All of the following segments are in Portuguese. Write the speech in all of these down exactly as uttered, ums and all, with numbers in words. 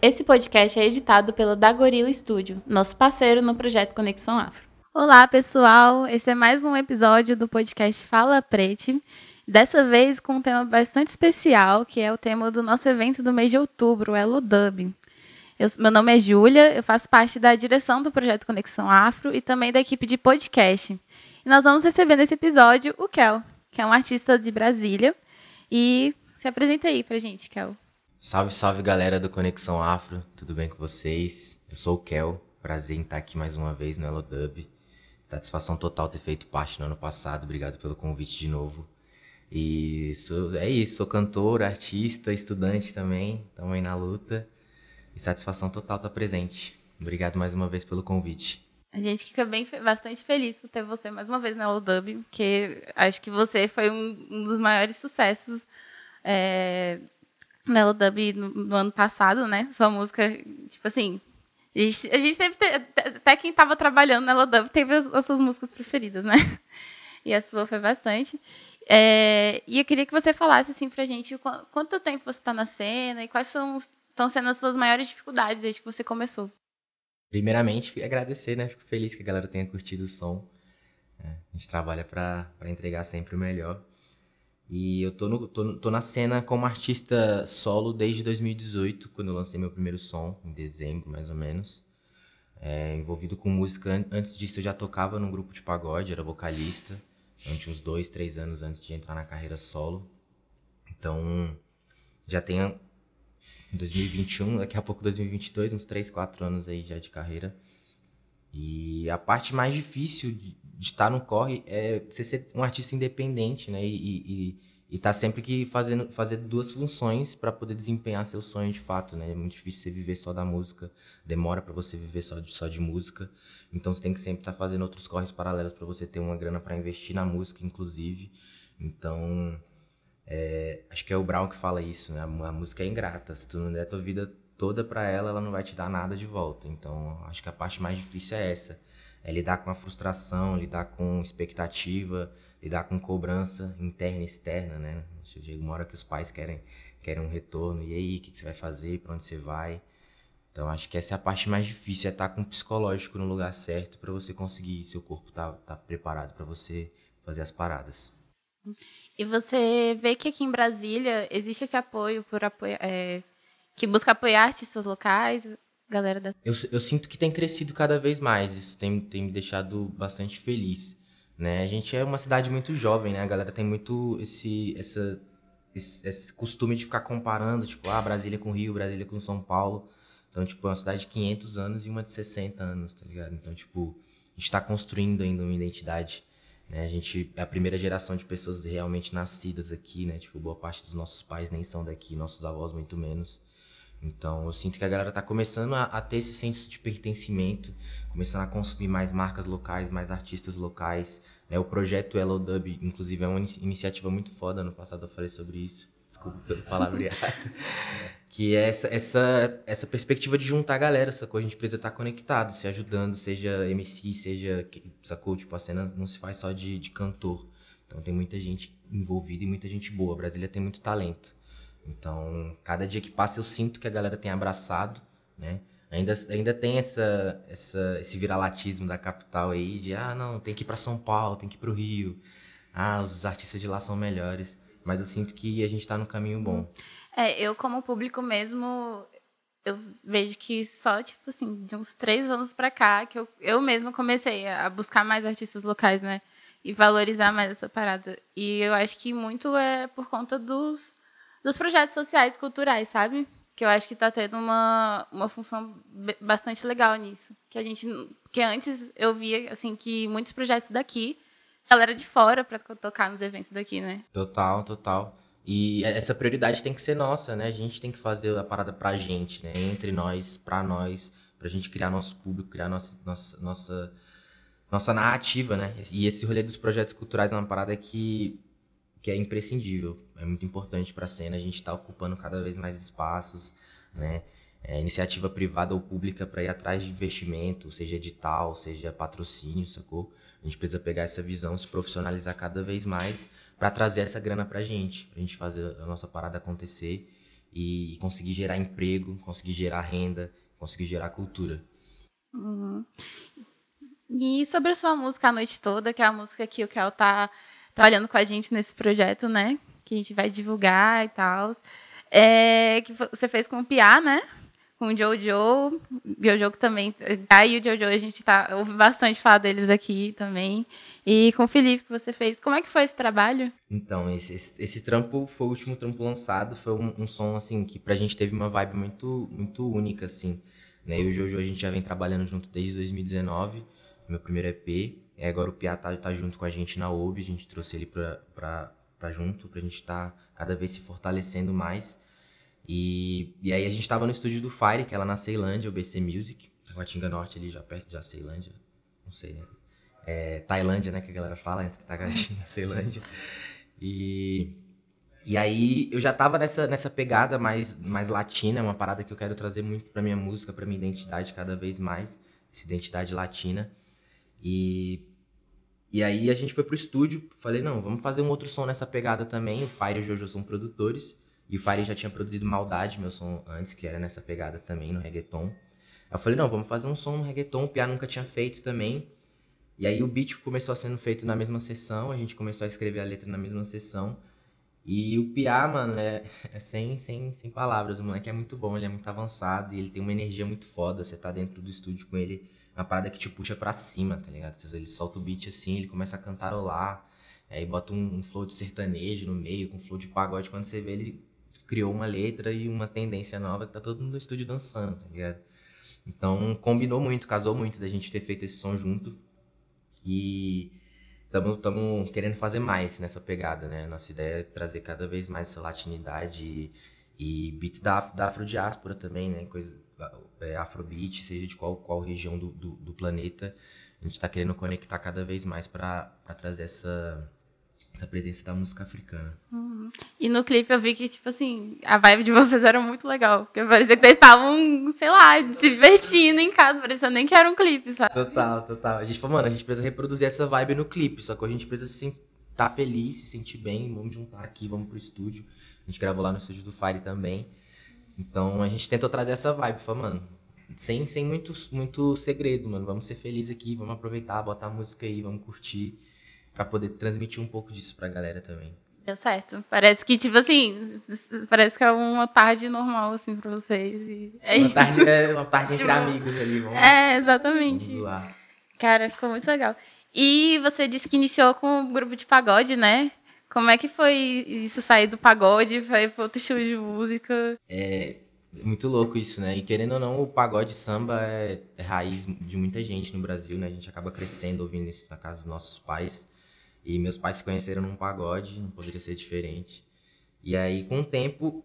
Esse podcast é editado pela Da Gorila Studio, nosso parceiro no projeto Conexão Afro. Olá, pessoal! Esse é mais um episódio do podcast Fala Prete. Dessa vez com um tema bastante especial, que é o tema do nosso evento do mês de outubro, o Elo Dub. Eu, meu nome é Júlia, eu faço parte da direção do projeto Conexão Afro e também da equipe de podcast. E nós vamos receber nesse episódio o Kel, que é um artista de Brasília. E se apresenta aí pra gente, Kel. Salve, salve, galera do Conexão Afro, tudo bem com vocês? Eu sou o Kel, prazer em estar aqui mais uma vez no Elo Dub. Satisfação total ter feito parte no ano passado, obrigado pelo convite de novo. E sou, é isso, sou cantor, artista, estudante também, estamos aí na luta. E satisfação total estar presente. Obrigado mais uma vez pelo convite. A gente fica bem, bastante feliz por ter você mais uma vez no Elo Dub, porque acho que você foi um, um dos maiores sucessos é, no Elo Dub no, no ano passado, né? Sua música, tipo assim, a gente, a gente sempre, te, até quem estava trabalhando no Elo Dub teve as, as suas músicas preferidas, né? E a sua foi bastante. É, e eu queria que você falasse assim pra gente qu- quanto tempo você está na cena e quais são estão sendo as suas maiores dificuldades desde que você começou. Primeiramente, agradecer, né? Fico feliz que a galera tenha curtido o som. É, a gente trabalha pra, pra entregar sempre o melhor. E eu tô, no, tô, tô na cena como artista solo desde dois mil e dezoito, quando eu lancei meu primeiro som, em dezembro, mais ou menos. É, envolvido com música. Antes disso, eu já tocava num grupo de pagode, era vocalista. Então, tinha uns dois, três anos antes de entrar na carreira solo. Então, já tenho dois mil e vinte e um, daqui a pouco dois mil e vinte e dois, uns três, quatro anos aí já de carreira. E a parte mais difícil de, de estar no corre é você ser um artista independente, né? E, e, e tá sempre que fazendo fazer duas funções para poder desempenhar seu sonho de fato, né? É muito difícil você viver só da música, demora para você viver só de, só de música. Então você tem que sempre estar tá fazendo outros corres paralelos para você ter uma grana para investir na música, inclusive. Então, é, acho que é o Brown que fala isso, né? A, a música é ingrata, se tu não der tua vida toda pra ela, ela não vai te dar nada de volta. Então, acho que a parte mais difícil é essa. É lidar com a frustração, lidar com expectativa, lidar com cobrança interna e externa, né? Chega uma hora que os pais querem, querem um retorno. E aí, o que, que você vai fazer? Pra onde você vai? Então, acho que essa é a parte mais difícil, é estar com o psicológico no lugar certo pra você conseguir, seu corpo tá, tá preparado pra você fazer as paradas. E você vê que aqui em Brasília existe esse apoio por apoio, é, que busca apoiar artistas locais, galera da... Eu, eu sinto que tem crescido cada vez mais, isso tem, tem me deixado bastante feliz, né? A gente é uma cidade muito jovem, né? A galera tem muito esse, essa, esse, esse costume de ficar comparando, tipo, ah, Brasília com Rio, Brasília com São Paulo. Então, tipo, é uma cidade de quinhentos anos e uma de sessenta anos, tá ligado? Então, tipo, a gente tá construindo ainda uma identidade, né? A gente é a primeira geração de pessoas realmente nascidas aqui, né? Tipo, boa parte dos nossos pais nem são daqui, nossos avós muito menos. Então, eu sinto que a galera tá começando a, a ter esse senso de pertencimento, começando a consumir mais marcas locais, mais artistas locais, né? O projeto Elo Dub, inclusive, é uma in- iniciativa muito foda. No passado eu falei sobre isso, desculpa pelo palavreado. Que é essa, essa, essa perspectiva de juntar a galera, sacou? A gente precisa estar conectado, se ajudando, seja M C, seja, sacou? Tipo, a cena não se faz só de, de cantor. Então tem muita gente envolvida e muita gente boa. A Brasília tem muito talento. Então, cada dia que passa eu sinto que a galera tem abraçado, né? Ainda, ainda tem essa, essa, esse viralatismo da capital aí de, ah, não, tem que ir pra São Paulo, tem que ir pro Rio. Ah, os artistas de lá são melhores. Mas eu sinto que a gente tá no caminho bom. É, eu como público mesmo, eu vejo que só, tipo assim, de uns três anos pra cá, que eu, eu mesma comecei a buscar mais artistas locais, né? E valorizar mais essa parada. E eu acho que muito é por conta dos, dos projetos sociais e culturais, sabe? Que eu acho que tá tendo uma, uma função be- bastante legal nisso. Que a gente... Porque antes eu via, assim, que muitos projetos daqui, a galera de fora pra tocar nos eventos daqui, né? Total, total. E essa prioridade tem que ser nossa, né? A gente tem que fazer a parada pra gente, né? Entre nós, pra nós, pra gente criar nosso público, criar nossa, nossa, nossa, nossa narrativa, né? E esse rolê dos projetos culturais é uma parada que, que é imprescindível. É muito importante pra cena. A gente tá ocupando cada vez mais espaços, né? É, iniciativa privada ou pública para ir atrás de investimento, seja edital, seja patrocínio, sacou? A gente precisa pegar essa visão, se profissionalizar cada vez mais para trazer essa grana pra gente, pra gente fazer a nossa parada acontecer. e conseguir gerar emprego, conseguir gerar renda, conseguir gerar cultura. Uhum. E sobre a sua música A Noite Toda, que é a música que o Kel tá trabalhando com a gente nesse projeto, né? Que a gente vai divulgar e tal. É, que você fez com o Piá, né? Com o Jojo. Jojo que também. Aí o Jojo a gente tá, ouve bastante falar deles aqui também. E com o Felipe que você fez. Como é que foi esse trabalho? Então, esse, esse, esse trampo foi o último trampo lançado. Foi um, um som, assim, que pra gente teve uma vibe muito, muito única, assim. Né? Eu e o Jojo, a gente já vem trabalhando junto desde dois mil e dezenove, meu primeiro E P. E agora o Piá tá, tá junto com a gente na O B. A gente trouxe ele pra, pra, pra junto, pra gente tá cada vez se fortalecendo mais. E, e aí a gente tava no estúdio do Fire, que é lá na Ceilândia, o B C Music. Guatinga Norte ali, já perto, já Ceilândia. Não sei, né? É, Tailândia, né, que a galera fala, entre Taguatinga e Ceilândia. E, e aí eu já tava nessa, nessa pegada mais, mais latina, uma parada que eu quero trazer muito pra minha música, pra minha identidade cada vez mais, essa identidade latina. E, e aí a gente foi pro estúdio, falei, não, vamos fazer um outro som nessa pegada também. O Fire e o Jojo são produtores, e o Fire já tinha produzido Maldade, meu som antes, que era nessa pegada também, no reggaeton. Aí eu falei, não, vamos fazer um som no reggaeton, o Piá nunca tinha feito também. E aí o beat começou a sendo feito na mesma sessão, a gente começou a escrever a letra na mesma sessão. E o Piá, mano, é, é sem, sem, sem palavras. O moleque é muito bom, ele é muito avançado e ele tem uma energia muito foda. Você tá dentro do estúdio com ele, uma parada que te puxa pra cima, tá ligado? Ele solta o beat assim, ele começa a cantarolar, aí bota um, um flow de sertanejo no meio, com um flow de pagode. Quando você vê, ele criou uma letra e uma tendência nova que tá todo mundo no estúdio dançando, tá ligado? Então combinou muito, casou muito da gente ter feito esse som junto. E estamos querendo fazer mais nessa pegada, né? Nossa ideia é trazer cada vez mais essa latinidade e, e beats da, da afrodiáspora também, né? Coisa, é, afrobeat, seja de qual, qual região do, do, do planeta. A gente está querendo conectar cada vez mais para trazer essa, essa presença da música africana. Uhum. E no clipe eu vi que, tipo assim, a vibe de vocês era muito legal. Porque parecia que vocês estavam, sei lá, se divertindo em casa. Parecia nem que era um clipe, sabe? Total, total. A gente falou, mano, a gente precisa reproduzir essa vibe no clipe. Só que a gente precisa se estar tá feliz, se sentir bem. Vamos juntar aqui, vamos pro estúdio. A gente gravou lá no estúdio do Fire também. Então a gente tentou trazer essa vibe. Falou, mano, sem, sem muito, muito segredo, mano. Vamos ser felizes aqui, vamos aproveitar, botar a música aí, vamos curtir. Pra poder transmitir um pouco disso pra galera também. Deu certo. Parece que, tipo assim, parece que é uma tarde normal, assim, pra vocês. E é uma, isso. tarde, é, uma tarde entre tipo, amigos ali, vamos É, exatamente. Vamos zoar. Cara, ficou muito legal. E você disse que iniciou com o grupo de pagode, né? Como é que foi isso, sair do pagode, foi para outro estilo de música? É muito louco isso, né? E querendo ou não, o pagode samba é, é raiz de muita gente no Brasil, né? A gente acaba crescendo ouvindo isso na casa dos nossos pais. E meus pais se conheceram num pagode, não poderia ser diferente. E aí, com o tempo,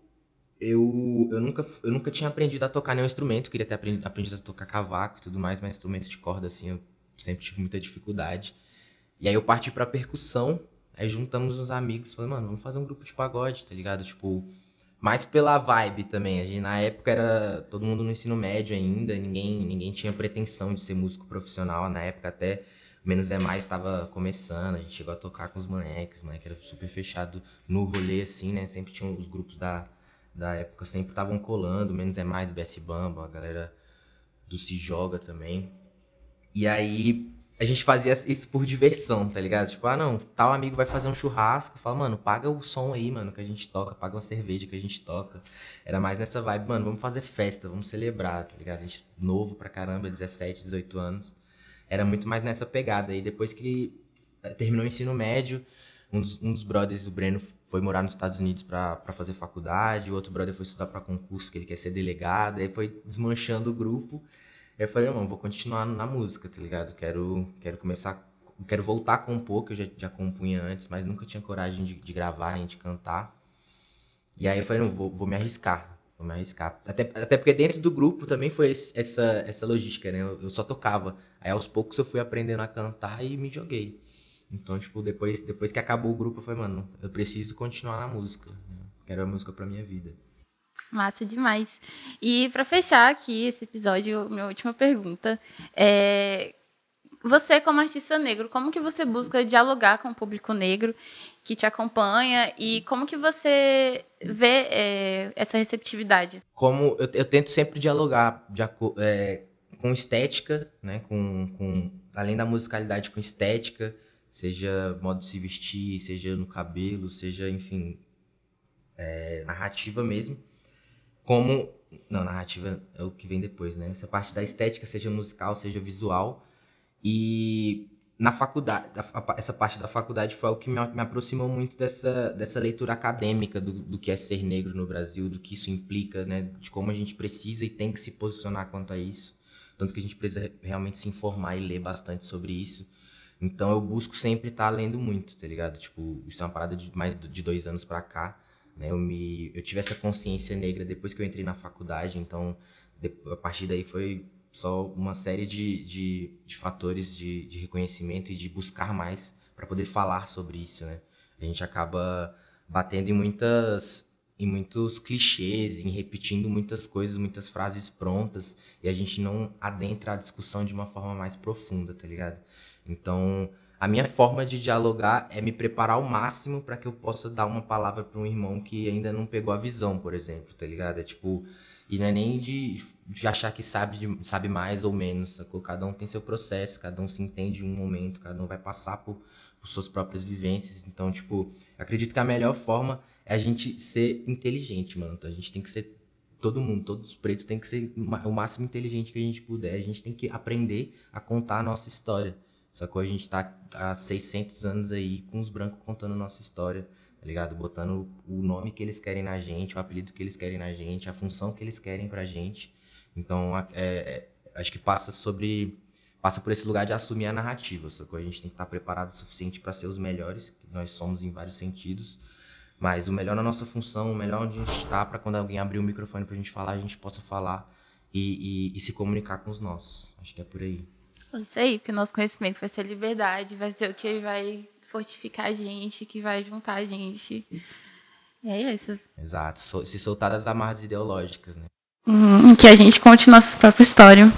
eu, eu, nunca, eu nunca tinha aprendido a tocar nenhum instrumento. Queria ter aprendido, aprendido a tocar cavaco e tudo mais, mas instrumentos de corda, assim, eu sempre tive muita dificuldade. E aí eu parti pra percussão, aí juntamos uns amigos, falei, mano, vamos fazer um grupo de pagode, tá ligado? Tipo, mais pela vibe também. A gente, na época era todo mundo no ensino médio ainda, ninguém, ninguém tinha pretensão de ser músico profissional. Na época até Menos é Mais estava começando, a gente chegou a tocar com os moleques, o moleque era super fechado no rolê, assim, né? Sempre tinham os grupos da, da época, sempre estavam colando, Menos é Mais, B S Bamba, a galera do Se Joga também. E aí a gente fazia isso por diversão, tá ligado? Tipo, ah, não, tal amigo vai fazer um churrasco, fala, mano, paga o som aí, mano, que a gente toca, paga uma cerveja que a gente toca. Era mais nessa vibe, mano, vamos fazer festa, vamos celebrar, tá ligado? A gente novo pra caramba, dezessete, dezoito anos. Era muito mais nessa pegada. E depois que terminou o ensino médio, um dos, um dos brothers, o Breno, foi morar nos Estados Unidos pra, pra fazer faculdade, o outro brother foi estudar pra concurso, que ele quer ser delegado, aí foi desmanchando o grupo. Aí eu falei, mano, vou continuar na música, tá ligado? Quero, quero começar, quero voltar a compor, que eu já, já compunha antes, mas nunca tinha coragem de, de gravar, nem de cantar. E aí eu falei, não, vou, vou me arriscar. Vou me arriscar. Até, até porque dentro do grupo também foi esse, essa, essa logística, né? Eu, eu só tocava. Aí aos poucos eu fui aprendendo a cantar e me joguei. Então, tipo, depois, depois que acabou o grupo, eu falei, mano, eu preciso continuar na música. Né? Quero a música pra minha vida. Massa demais. E pra fechar aqui esse episódio, minha última pergunta é... Você, como artista negro, como que você busca dialogar com o público negro que te acompanha e como que você vê é, essa receptividade? Como eu, eu tento sempre dialogar de aco- é, com estética, né? Com, com, além da musicalidade, com estética, seja modo de se vestir, seja no cabelo, seja, enfim, é, narrativa mesmo. Como. Não, narrativa é o que vem depois, né? Essa parte da estética, seja musical, seja visual. E na faculdade, a- a- essa parte da faculdade foi o que me, me aproximou muito dessa, dessa leitura acadêmica do, do que é ser negro no Brasil, do que isso implica, né? De como a gente precisa e tem que se posicionar quanto a isso. Tanto que a gente precisa realmente se informar e ler bastante sobre isso. Então eu busco sempre estar lendo muito, tá ligado? Tipo, isso é uma parada de mais de dois anos pra cá, né? Eu, me, eu tive essa consciência negra depois que eu entrei na faculdade, então de- a partir daí foi só uma série de, de, de fatores de, de reconhecimento e de buscar mais para poder falar sobre isso, né? A gente acaba batendo em muitas em muitos clichês, em repetindo muitas coisas, muitas frases prontas, e a gente não adentra a discussão de uma forma mais profunda, tá ligado? Então, a minha forma de dialogar é me preparar ao máximo para que eu possa dar uma palavra para um irmão que ainda não pegou a visão, por exemplo, tá ligado? É tipo, e não é nem de, de achar que sabe, de- sabe mais ou menos, sacou? Cada um tem seu processo, cada um se entende em um momento, cada um vai passar por, por suas próprias vivências. Então, tipo, acredito que a melhor forma é a gente ser inteligente, mano. Então, a gente tem que ser todo mundo, todos os pretos tem que ser ma- o máximo inteligente que a gente puder. A gente tem que aprender a contar a nossa história. Sacou? A gente tá há seiscentos anos aí com os brancos contando a nossa história, tá ligado? Botando o nome que eles querem na gente, o apelido que eles querem na gente, a função que eles querem pra gente. Então, a- é, é, acho que passa sobre... Passa por esse lugar de assumir a narrativa, sacou? A gente tem que estar preparado o suficiente para ser os melhores, que nós somos em vários sentidos, mas o melhor na nossa função, o melhor onde a gente está, para quando alguém abrir o microfone pra gente falar, a gente possa falar e, e, e se comunicar com os nossos. Acho que é por aí. É isso aí, porque o nosso conhecimento vai ser liberdade, vai ser o que vai fortificar a gente, que vai juntar a gente. E é isso. Exato. So- se soltar das amarras ideológicas, né? Hum, que a gente conte nossa própria história.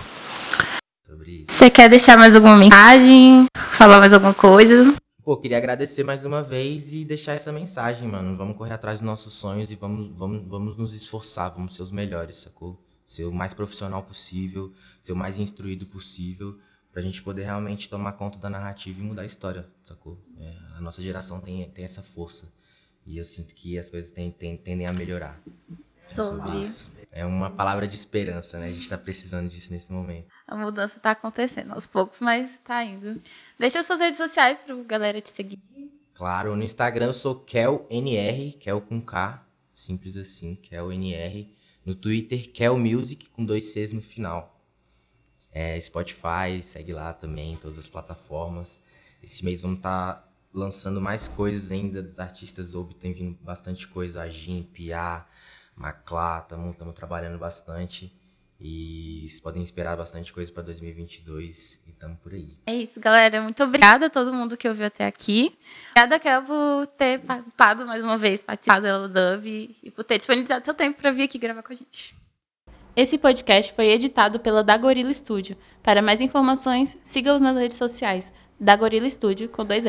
Sobre isso. Você quer deixar mais alguma mensagem? Falar mais alguma coisa? Pô, queria agradecer mais uma vez e deixar essa mensagem, mano. Vamos correr atrás dos nossos sonhos e vamos, vamos, vamos nos esforçar, vamos ser os melhores, sacou? Ser o mais profissional possível, ser o mais instruído possível, pra gente poder realmente tomar conta da narrativa e mudar a história, sacou? É, a nossa geração tem, tem essa força. E eu sinto que as coisas têm- têm- tendem a melhorar. É sobre Sobre isso. É uma palavra de esperança, né? A gente tá precisando disso nesse momento. a mudança tá acontecendo aos poucos, mas tá indo. Deixa as suas redes sociais pra galera te seguir. Claro, no Instagram eu sou KelNR, Kel com K, simples assim, KelNR. No Twitter, KelMusic, com dois Cs no final. É, Spotify, segue lá também, todas as plataformas. Esse mês vamos estar lançando mais coisas ainda dos artistas Obi, tem vindo bastante coisa, a Jim, Piá, Maclá, estamos trabalhando bastante. E vocês podem esperar bastante coisa para dois mil e vinte e dois e estamos por aí. É isso, galera. Muito obrigada a todo mundo que ouviu até aqui. Obrigada, Kel, por ter participado mais uma vez, participado da L-Dub e por ter disponibilizado seu tempo para vir aqui gravar com a gente. Esse podcast foi editado pela Da Gorila Studio. Para mais informações, siga-os nas redes sociais. Da Gorila Studio, com dois